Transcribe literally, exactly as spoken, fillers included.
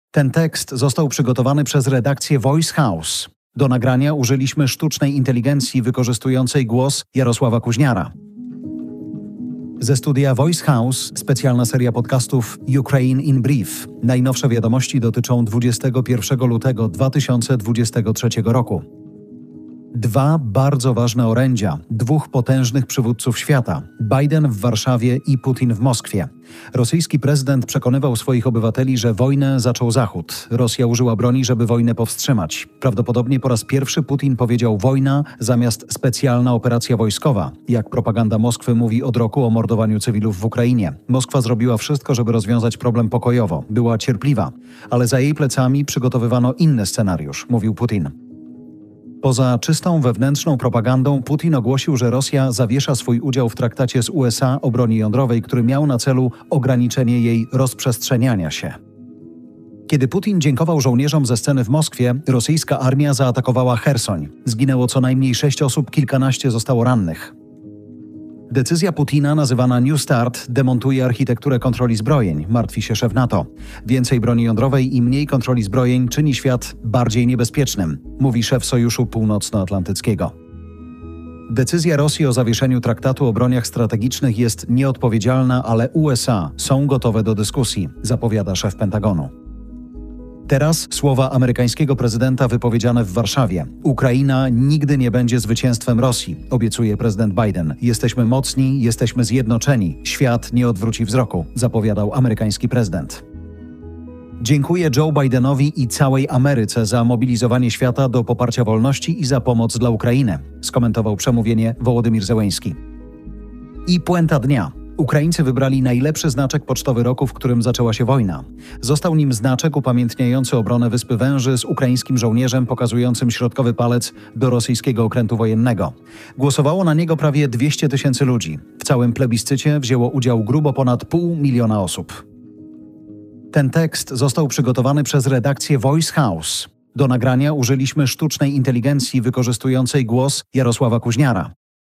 Ten tekst został przygotowany przez redakcję Voice House. Do nagrania użyliśmy sztucznej inteligencji wykorzystującej głos Jarosława Kuźniara. Ze studia Voice House specjalna seria podcastów Ukraine in Brief. Najnowsze wiadomości dotyczą dwudziestego pierwszego lutego dwa tysiące dwudziestego trzeciego roku. Dwa bardzo ważne orędzia, dwóch potężnych przywódców świata, Biden w Warszawie i Putin w Moskwie. Rosyjski prezydent przekonywał swoich obywateli, że wojnę zaczął Zachód. Rosja użyła broni, żeby wojnę powstrzymać. Prawdopodobnie po raz pierwszy Putin powiedział wojna zamiast specjalna operacja wojskowa. Jak propaganda Moskwy mówi od roku o mordowaniu cywilów w Ukrainie. Moskwa zrobiła wszystko, żeby rozwiązać problem pokojowo. Była cierpliwa, ale za jej plecami przygotowywano inny scenariusz, mówił Putin. Poza czystą wewnętrzną propagandą Putin ogłosił, że Rosja zawiesza swój udział w traktacie z U S A o broni jądrowej, który miał na celu ograniczenie jej rozprzestrzeniania się. Kiedy Putin dziękował żołnierzom ze sceny w Moskwie, rosyjska armia zaatakowała Chersoń. Zginęło co najmniej sześć osób, kilkanaście zostało rannych. Decyzja Putina, nazywana New Start, demontuje architekturę kontroli zbrojeń, martwi się szef NATO. Więcej broni jądrowej i mniej kontroli zbrojeń czyni świat bardziej niebezpiecznym, mówi szef Sojuszu Północnoatlantyckiego. Decyzja Rosji o zawieszeniu traktatu o broniach strategicznych jest nieodpowiedzialna, ale U S A są gotowe do dyskusji, zapowiada szef Pentagonu. Teraz słowa amerykańskiego prezydenta wypowiedziane w Warszawie. Ukraina nigdy nie będzie zwycięstwem Rosji, obiecuje prezydent Biden. Jesteśmy mocni, jesteśmy zjednoczeni. Świat nie odwróci wzroku, zapowiadał amerykański prezydent. Dziękuję Joe Bidenowi i całej Ameryce za mobilizowanie świata do poparcia wolności i za pomoc dla Ukrainy, skomentował przemówienie Wołodymyr Zełenski. I puenta dnia. Ukraińcy wybrali najlepszy znaczek pocztowy roku, w którym zaczęła się wojna. Został nim znaczek upamiętniający obronę Wyspy Węży z ukraińskim żołnierzem pokazującym środkowy palec do rosyjskiego okrętu wojennego. Głosowało na niego prawie dwieście tysięcy ludzi. W całym plebiscycie wzięło udział grubo ponad pół miliona osób. Ten tekst został przygotowany przez redakcję Voice House. Do nagrania użyliśmy sztucznej inteligencji wykorzystującej głos Jarosława Kuźniara.